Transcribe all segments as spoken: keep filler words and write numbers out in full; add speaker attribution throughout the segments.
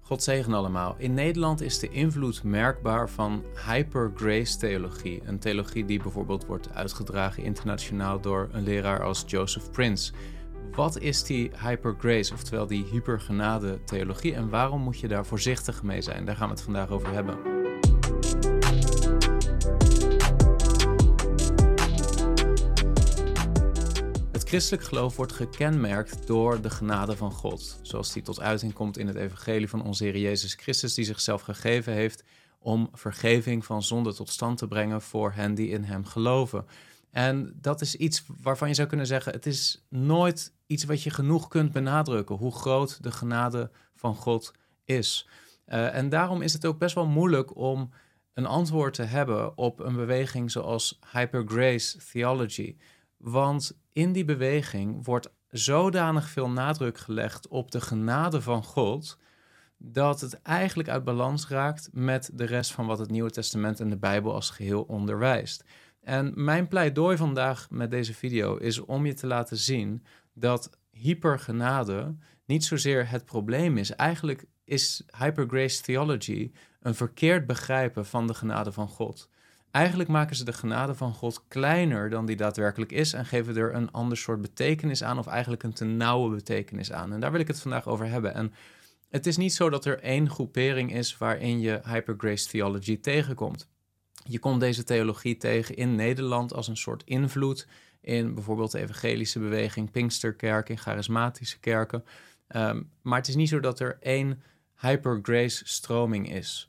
Speaker 1: God zegen allemaal. In Nederland is de invloed merkbaar van hyper-grace theologie. Een theologie die bijvoorbeeld wordt uitgedragen internationaal door een leraar als Joseph Prince. Wat is die hyper-grace, oftewel die hypergenade theologie, en waarom moet je daar voorzichtig mee zijn? Daar gaan we het vandaag over hebben. Het christelijk geloof wordt gekenmerkt door de genade van God, zoals die tot uiting komt in het evangelie van onze Heer Jezus Christus, die zichzelf gegeven heeft om vergeving van zonde tot stand te brengen voor hen die in hem geloven. En dat is iets waarvan je zou kunnen zeggen, het is nooit iets wat je genoeg kunt benadrukken, hoe groot de genade van God is. Uh, en daarom is het ook best wel moeilijk om een antwoord te hebben op een beweging zoals hyper-grace theology. Want in die beweging wordt zodanig veel nadruk gelegd op de genade van God, dat het eigenlijk uit balans raakt met de rest van wat het Nieuwe Testament en de Bijbel als geheel onderwijst. En mijn pleidooi vandaag met deze video is om je te laten zien dat hypergenade niet zozeer het probleem is. Eigenlijk is hypergrace theology een verkeerd begrijpen van de genade van God. Eigenlijk maken ze de genade van God kleiner dan die daadwerkelijk is en geven er een ander soort betekenis aan, of eigenlijk een te nauwe betekenis aan. En daar wil ik het vandaag over hebben. En het is niet zo dat er één groepering is waarin je hypergrace theology tegenkomt. Je komt deze theologie tegen in Nederland als een soort invloed in bijvoorbeeld de evangelische beweging, Pinksterkerk, in charismatische kerken. Um, maar het is niet zo dat er één hypergrace stroming is.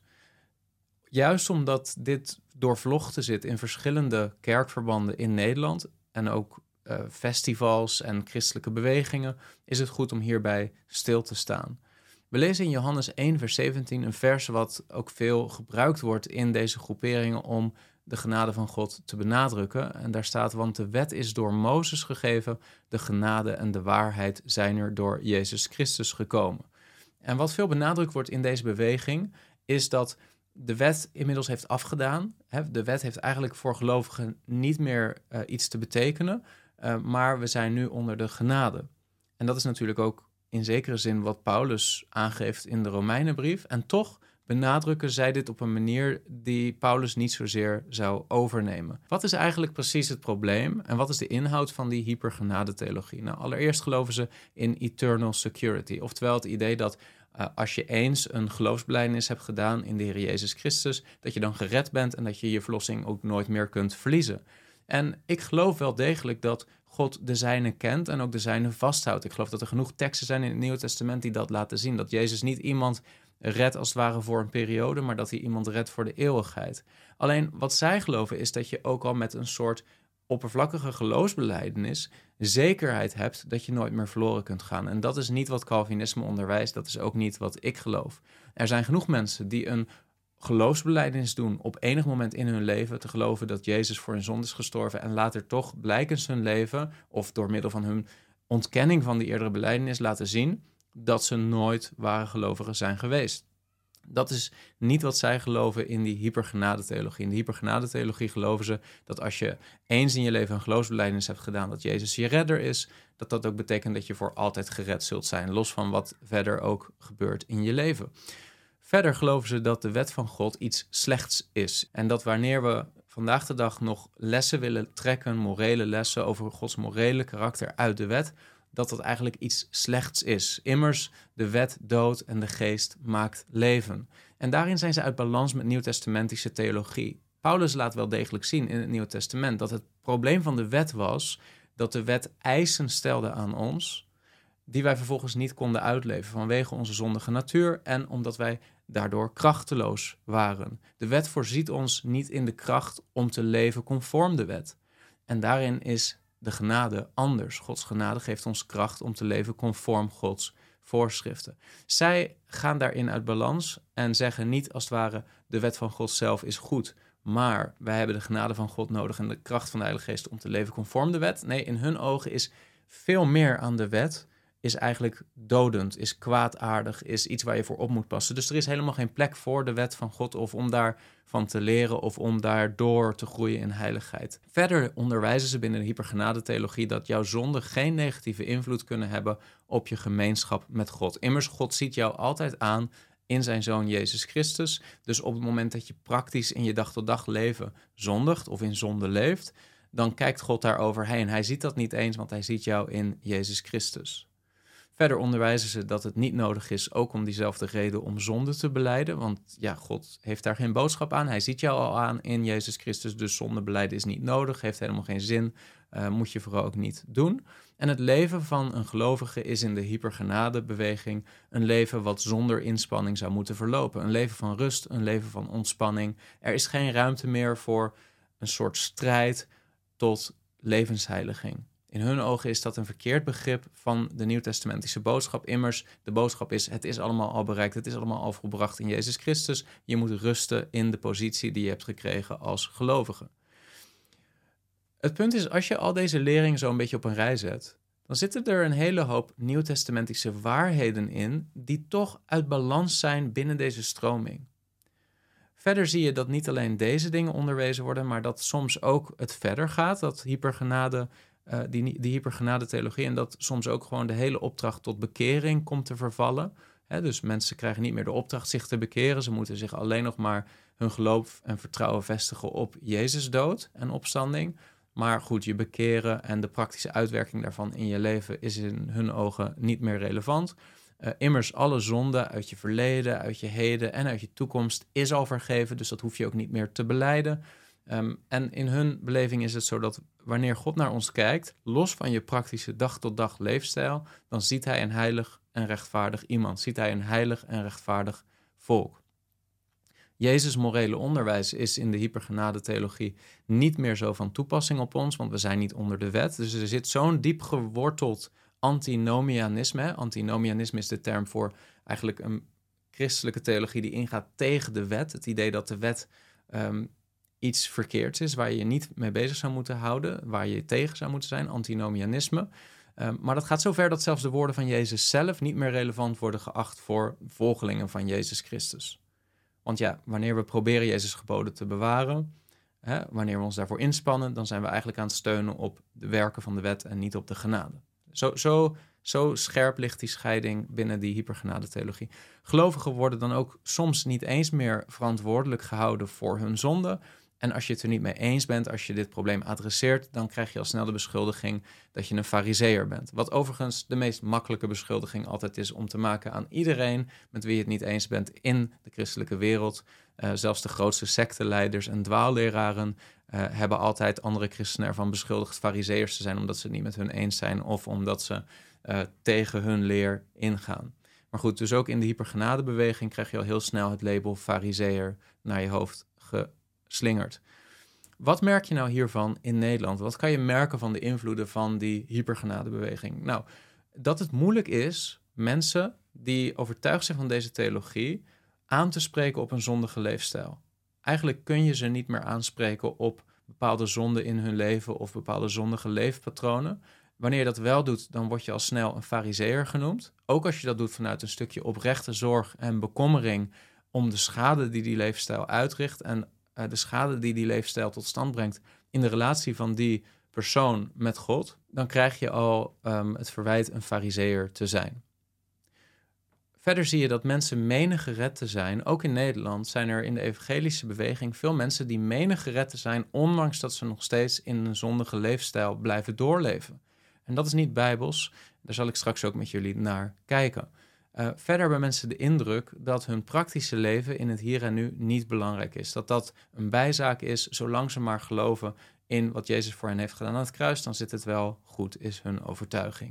Speaker 1: Juist omdat dit doorvlochten zit in verschillende kerkverbanden in Nederland en ook uh, festivals en christelijke bewegingen, is het goed om hierbij stil te staan. We lezen in Johannes één vers zeventien een vers wat ook veel gebruikt wordt in deze groeperingen om de genade van God te benadrukken. En daar staat, want de wet is door Mozes gegeven, de genade en de waarheid zijn er door Jezus Christus gekomen. En wat veel benadrukt wordt in deze beweging is dat de wet inmiddels heeft afgedaan. De wet heeft eigenlijk voor gelovigen niet meer uh, iets te betekenen, uh, maar we zijn nu onder de genade. En dat is natuurlijk ook in zekere zin wat Paulus aangeeft in de Romeinenbrief. En toch benadrukken zij dit op een manier die Paulus niet zozeer zou overnemen. Wat is eigenlijk precies het probleem en wat is de inhoud van die hypergenadetheologie? Nou, allereerst geloven ze in eternal security, oftewel het idee dat Uh, als je eens een geloofsbelijdenis hebt gedaan in de Heer Jezus Christus, dat je dan gered bent en dat je je verlossing ook nooit meer kunt verliezen. En ik geloof wel degelijk dat God de zijne kent en ook de zijne vasthoudt. Ik geloof dat er genoeg teksten zijn in het Nieuwe Testament die dat laten zien. Dat Jezus niet iemand redt als het ware voor een periode, maar dat hij iemand redt voor de eeuwigheid. Alleen wat zij geloven is dat je ook al met een soort oppervlakkige geloofsbelijdenis zekerheid hebt dat je nooit meer verloren kunt gaan. En dat is niet wat Calvinisme onderwijst, dat is ook niet wat ik geloof. Er zijn genoeg mensen die een geloofsbelijdenis doen op enig moment in hun leven, te geloven dat Jezus voor hun zonde is gestorven en later toch blijkens hun leven, of door middel van hun ontkenning van die eerdere belijdenis laten zien, dat ze nooit ware gelovigen zijn geweest. Dat is niet wat zij geloven in die hypergenadetheologie. In de hypergenadetheologie geloven ze dat als je eens in je leven een geloofsbelijdenis hebt gedaan dat Jezus je redder is, dat dat ook betekent dat je voor altijd gered zult zijn, los van wat verder ook gebeurt in je leven. Verder geloven ze dat de wet van God iets slechts is. En dat wanneer we vandaag de dag nog lessen willen trekken, morele lessen over Gods morele karakter uit de wet, dat dat eigenlijk iets slechts is. Immers, de wet doodt en de geest maakt leven. En daarin zijn ze uit balans met nieuwtestamentische theologie. Paulus laat wel degelijk zien in het Nieuwe Testament dat het probleem van de wet was dat de wet eisen stelde aan ons, die wij vervolgens niet konden uitleven vanwege onze zondige natuur en omdat wij daardoor krachteloos waren. De wet voorziet ons niet in de kracht om te leven conform de wet. En daarin is de genade anders. Gods genade geeft ons kracht om te leven conform Gods voorschriften. Zij gaan daarin uit balans en zeggen niet als het ware de wet van God zelf is goed, maar wij hebben de genade van God nodig en de kracht van de Heilige Geest om te leven conform de wet. Nee, in hun ogen is veel meer aan de wet is eigenlijk dodend, is kwaadaardig, is iets waar je voor op moet passen. Dus er is helemaal geen plek voor de wet van God of om daarvan te leren of om daardoor te groeien in heiligheid. Verder onderwijzen ze binnen de hypergenadetheologie dat jouw zonden geen negatieve invloed kunnen hebben op je gemeenschap met God. Immers, God ziet jou altijd aan in zijn Zoon Jezus Christus. Dus op het moment dat je praktisch in je dag tot dag leven zondigt of in zonde leeft, dan kijkt God daar overheen. Hij ziet dat niet eens, want hij ziet jou in Jezus Christus. Verder onderwijzen ze dat het niet nodig is, ook om diezelfde reden, om zonde te belijden. Want ja, God heeft daar geen boodschap aan. Hij ziet jou al aan in Jezus Christus, dus zonde belijden is niet nodig, heeft helemaal geen zin, uh, moet je vooral ook niet doen. En het leven van een gelovige is in de hypergenadebeweging een leven wat zonder inspanning zou moeten verlopen. Een leven van rust, een leven van ontspanning. Er is geen ruimte meer voor een soort strijd tot levensheiliging. In hun ogen is dat een verkeerd begrip van de nieuwtestamentische boodschap. Immers, de boodschap is, het is allemaal al bereikt, het is allemaal al volbracht in Jezus Christus. Je moet rusten in de positie die je hebt gekregen als gelovige. Het punt is, als je al deze leringen zo een beetje op een rij zet, dan zitten er een hele hoop nieuwtestamentische waarheden in die toch uit balans zijn binnen deze stroming. Verder zie je dat niet alleen deze dingen onderwezen worden, maar dat soms ook het verder gaat, dat hypergenade, uh, die, die hypergenadetheologie, en dat soms ook gewoon de hele opdracht tot bekering komt te vervallen. He, dus mensen krijgen niet meer de opdracht zich te bekeren, ze moeten zich alleen nog maar hun geloof en vertrouwen vestigen op Jezus dood en opstanding. Maar goed, je bekeren en de praktische uitwerking daarvan in je leven is in hun ogen niet meer relevant. Uh, immers, alle zonde uit je verleden, uit je heden en uit je toekomst is al vergeven, dus dat hoef je ook niet meer te belijden. Um, en in hun beleving is het zo dat wanneer God naar ons kijkt, los van je praktische dag-tot-dag leefstijl, dan ziet hij een heilig en rechtvaardig iemand, ziet hij een heilig en rechtvaardig volk. Jezus' morele onderwijs is in de hypergenadetheologie niet meer zo van toepassing op ons, want we zijn niet onder de wet. Dus er zit zo'n diep geworteld antinomianisme. Antinomianisme is de term voor eigenlijk een christelijke theologie die ingaat tegen de wet. Het idee dat de wet um, iets verkeerds is, waar je je niet mee bezig zou moeten houden, waar je tegen zou moeten zijn, antinomianisme. Um, maar dat gaat zo ver dat zelfs de woorden van Jezus zelf niet meer relevant worden geacht voor volgelingen van Jezus Christus. Want ja, wanneer we proberen Jezus' geboden te bewaren, hè, wanneer we ons daarvoor inspannen, dan zijn we eigenlijk aan het steunen op de werken van de wet en niet op de genade. Zo, zo, zo scherp ligt die scheiding binnen die hypergenadetheologie. Gelovigen worden dan ook soms niet eens meer verantwoordelijk gehouden voor hun zonde. En als je het er niet mee eens bent, als je dit probleem adresseert, dan krijg je al snel de beschuldiging dat je een farizeeër bent. Wat overigens de meest makkelijke beschuldiging altijd is om te maken aan iedereen met wie je het niet eens bent in de christelijke wereld. Uh, zelfs de grootste secteleiders en dwaalleraren uh, hebben altijd andere christenen ervan beschuldigd farizeeërs te zijn, omdat ze het niet met hun eens zijn of omdat ze uh, tegen hun leer ingaan. Maar goed, dus ook in de hypergenadebeweging krijg je al heel snel het label farizeeër naar je hoofd ge slingert. Wat merk je nou hiervan in Nederland? Wat kan je merken van de invloeden van die hypergenadebeweging? Nou, dat het moeilijk is mensen die overtuigd zijn van deze theologie aan te spreken op een zondige leefstijl. Eigenlijk kun je ze niet meer aanspreken op bepaalde zonden in hun leven of bepaalde zondige leefpatronen. Wanneer je dat wel doet, dan word je al snel een farizeeër genoemd. Ook als je dat doet vanuit een stukje oprechte zorg en bekommering om de schade die die leefstijl uitricht en de schade die die leefstijl tot stand brengt in de relatie van die persoon met God, dan krijg je al um, het verwijt een farizeeër te zijn. Verder zie je dat mensen menen gered te zijn. Ook in Nederland zijn er in de evangelische beweging veel mensen die menen gered te zijn, ondanks dat ze nog steeds in een zondige leefstijl blijven doorleven. En dat is niet bijbels. Daar zal ik straks ook met jullie naar kijken. Uh, verder hebben mensen de indruk dat hun praktische leven in het hier en nu niet belangrijk is. Dat dat een bijzaak is, zolang ze maar geloven in wat Jezus voor hen heeft gedaan aan het kruis, dan zit het wel goed, is hun overtuiging.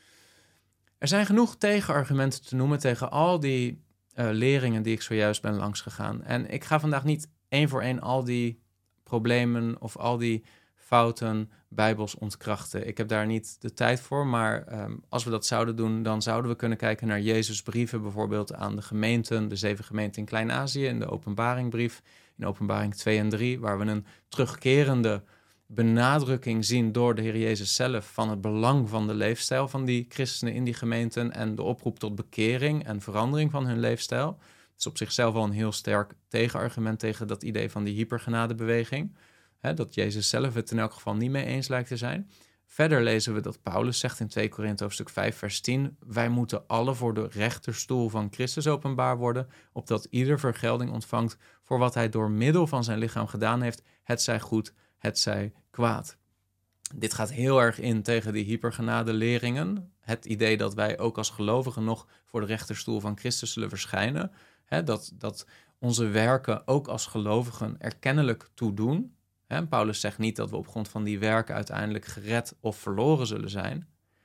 Speaker 1: Er zijn genoeg tegenargumenten te noemen tegen al die uh, leringen die ik zojuist ben langsgegaan. En ik ga vandaag niet één voor één al die problemen of al die fouten bijbels ontkrachten. Ik heb daar niet de tijd voor, maar um, als we dat zouden doen, dan zouden we kunnen kijken naar Jezus' brieven, bijvoorbeeld aan de gemeenten, de zeven gemeenten in Klein-Azië, in de Openbaringbrief, in Openbaring twee en drie, waar we een terugkerende benadrukking zien door de Heer Jezus zelf van het belang van de leefstijl van die christenen in die gemeenten en de oproep tot bekering en verandering van hun leefstijl. Het is op zichzelf al een heel sterk tegenargument tegen dat idee van die hypergenadebeweging. He, dat Jezus zelf het in elk geval niet mee eens lijkt te zijn. Verder lezen we dat Paulus zegt in twee Korinthe hoofdstuk vijf vers tien... wij moeten alle voor de rechterstoel van Christus openbaar worden, opdat ieder vergelding ontvangt voor wat hij door middel van zijn lichaam gedaan heeft, het zij goed, het zij kwaad. Dit gaat heel erg in tegen die hypergenade leringen. Het idee dat wij ook als gelovigen nog voor de rechterstoel van Christus zullen verschijnen. Hè, dat, dat onze werken ook als gelovigen er kennelijk toe doen. Hè, Paulus zegt niet dat we op grond van die werken uiteindelijk gered of verloren zullen zijn.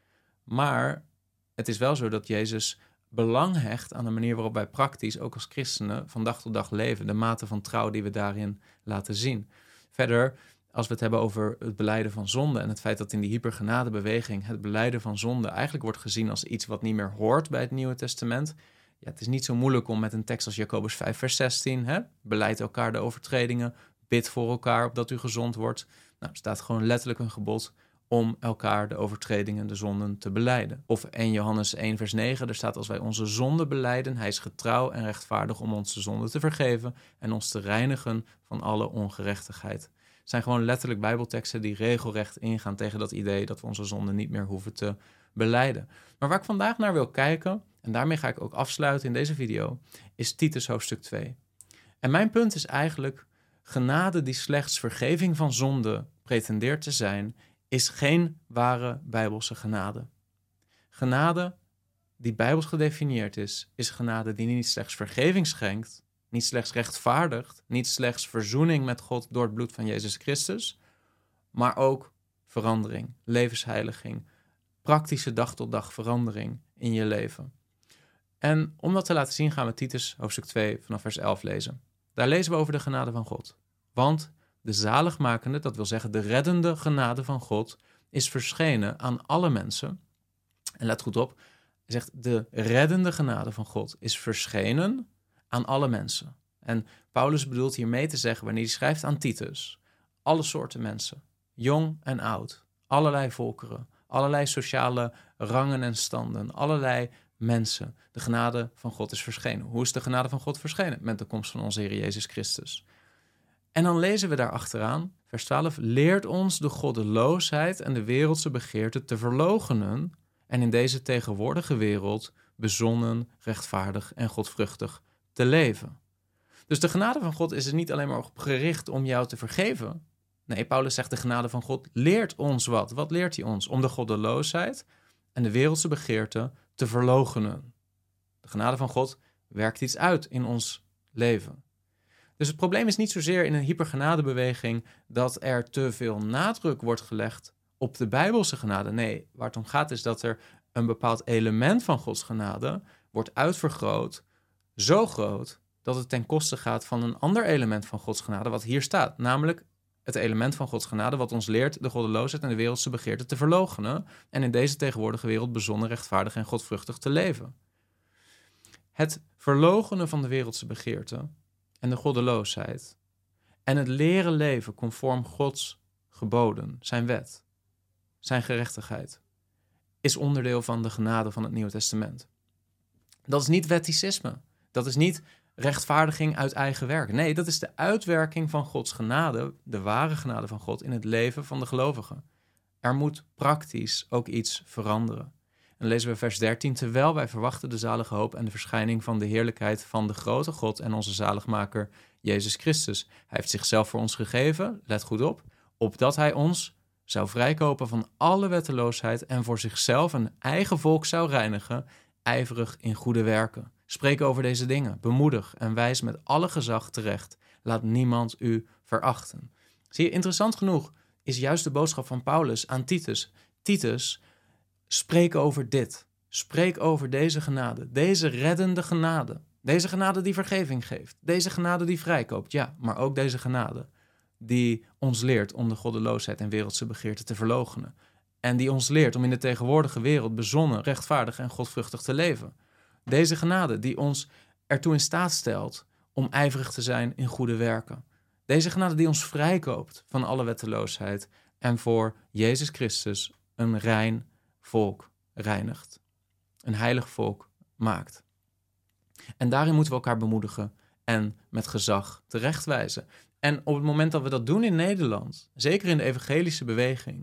Speaker 1: Maar het is wel zo dat Jezus belang hecht aan de manier waarop wij praktisch, ook als christenen, van dag tot dag leven. De mate van trouw die we daarin laten zien. Verder, als we het hebben over het belijden van zonde en het feit dat in die hypergenadebeweging het belijden van zonde eigenlijk wordt gezien als iets wat niet meer hoort bij het Nieuwe Testament. Ja, het is niet zo moeilijk om met een tekst als Jacobus vijf vers zestien, hè, belijdt elkaar de overtredingen, bid voor elkaar opdat u gezond wordt. Nou, er staat gewoon letterlijk een gebod om elkaar de overtredingen, de zonden te belijden. Of Eerste Johannes één vers negen, er staat als wij onze zonden belijden, hij is getrouw en rechtvaardig om onze zonden te vergeven en ons te reinigen van alle ongerechtigheid. Het zijn gewoon letterlijk bijbelteksten die regelrecht ingaan tegen dat idee dat we onze zonden niet meer hoeven te belijden. Maar waar ik vandaag naar wil kijken, en daarmee ga ik ook afsluiten in deze video, is Titus hoofdstuk twee. En mijn punt is eigenlijk, genade die slechts vergeving van zonde pretendeert te zijn, is geen ware bijbelse genade. Genade die bijbels gedefinieerd is, is genade die niet slechts vergeving schenkt, niet slechts rechtvaardigt, niet slechts verzoening met God door het bloed van Jezus Christus, maar ook verandering, levensheiliging, praktische dag tot dag verandering in je leven. En om dat te laten zien gaan we Titus hoofdstuk twee vanaf vers elf lezen. Daar lezen we over de genade van God. Want de zaligmakende, dat wil zeggen de reddende genade van God, is verschenen aan alle mensen. En let goed op, hij zegt de reddende genade van God is verschenen aan alle mensen. En Paulus bedoelt hiermee te zeggen, wanneer hij schrijft aan Titus, alle soorten mensen, jong en oud, allerlei volkeren, allerlei sociale rangen en standen, allerlei mensen. De genade van God is verschenen. Hoe is de genade van God verschenen? Met de komst van onze Heer Jezus Christus. En dan lezen we daar achteraan, vers twaalf, leert ons de goddeloosheid en de wereldse begeerte te verloochenen en in deze tegenwoordige wereld bezonnen, rechtvaardig en godvruchtig te leven. Dus de genade van God is er niet alleen maar op gericht om jou te vergeven. Nee, Paulus zegt de genade van God leert ons wat. Wat leert hij ons? Om de goddeloosheid en de wereldse begeerte te verloochenen. De genade van God werkt iets uit in ons leven. Dus het probleem is niet zozeer in een hypergenadebeweging dat er te veel nadruk wordt gelegd op de bijbelse genade. Nee, waar het om gaat is dat er een bepaald element van Gods genade wordt uitvergroot, zo groot dat het ten koste gaat van een ander element van Gods genade, wat hier staat. Namelijk het element van Gods genade wat ons leert de goddeloosheid en de wereldse begeerte te verloochenen en in deze tegenwoordige wereld bezonnen, rechtvaardig en godvruchtig te leven. Het verloochenen van de wereldse begeerte en de goddeloosheid en het leren leven conform Gods geboden, zijn wet, zijn gerechtigheid, is onderdeel van de genade van het Nieuwe Testament. Dat is niet wetticisme. Dat is niet rechtvaardiging uit eigen werk. Nee, dat is de uitwerking van Gods genade, de ware genade van God in het leven van de gelovigen. Er moet praktisch ook iets veranderen. En lezen we vers dertien, terwijl wij verwachten de zalige hoop en de verschijning van de heerlijkheid van de grote God en onze zaligmaker Jezus Christus. Hij heeft zichzelf voor ons gegeven, let goed op, opdat hij ons zou vrijkopen van alle wetteloosheid en voor zichzelf een eigen volk zou reinigen, ijverig in goede werken. Spreek over deze dingen, bemoedig en wijs met alle gezag terecht. Laat niemand u verachten. Zie je, interessant genoeg is juist de boodschap van Paulus aan Titus. Titus, spreek over dit. Spreek over deze genade, deze reddende genade. Deze genade die vergeving geeft. Deze genade die vrijkoopt, ja, maar ook deze genade die ons leert om de goddeloosheid en wereldse begeerte te verloochenen. En die ons leert om in de tegenwoordige wereld bezonnen, rechtvaardig en godvruchtig te leven. Deze genade die ons ertoe in staat stelt om ijverig te zijn in goede werken. Deze genade die ons vrijkoopt van alle wetteloosheid en voor Jezus Christus een rein volk reinigt. Een heilig volk maakt. En daarin moeten we elkaar bemoedigen en met gezag terechtwijzen. En op het moment dat we dat doen in Nederland, zeker in de evangelische beweging,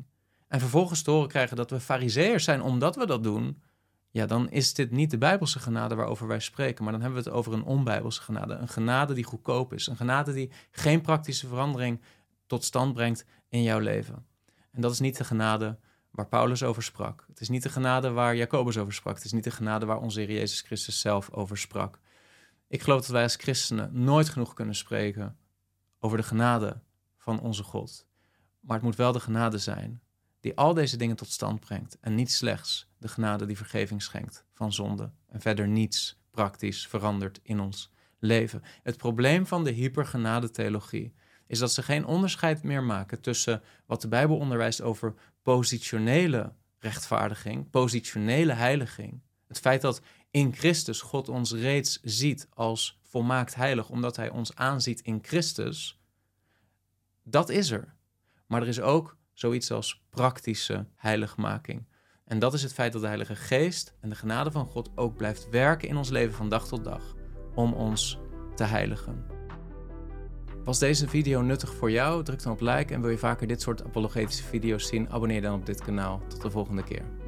Speaker 1: en vervolgens te horen krijgen dat we farizeeërs zijn omdat we dat doen, ja, dan is dit niet de Bijbelse genade waarover wij spreken, maar dan hebben we het over een onbijbelse genade. Een genade die goedkoop is, een genade die geen praktische verandering tot stand brengt in jouw leven. En dat is niet de genade waar Paulus over sprak. Het is niet de genade waar Jacobus over sprak. Het is niet de genade waar onze Heer Jezus Christus zelf over sprak. Ik geloof dat wij als christenen nooit genoeg kunnen spreken over de genade van onze God. Maar het moet wel de genade zijn die al deze dingen tot stand brengt. En niet slechts de genade die vergeving schenkt van zonde. En verder niets praktisch verandert in ons leven. Het probleem van de hypergenadetheologie is dat ze geen onderscheid meer maken tussen wat de Bijbel onderwijst over positionele rechtvaardiging, positionele heiliging. Het feit dat in Christus God ons reeds ziet als volmaakt heilig, omdat hij ons aanziet in Christus, dat is er. Maar er is ook zoiets als praktische heiligmaking. En dat is het feit dat de Heilige Geest en de genade van God ook blijft werken in ons leven van dag tot dag om ons te heiligen. Was deze video nuttig voor jou? Druk dan op like en wil je vaker dit soort apologetische video's zien? Abonneer dan op dit kanaal. Tot de volgende keer.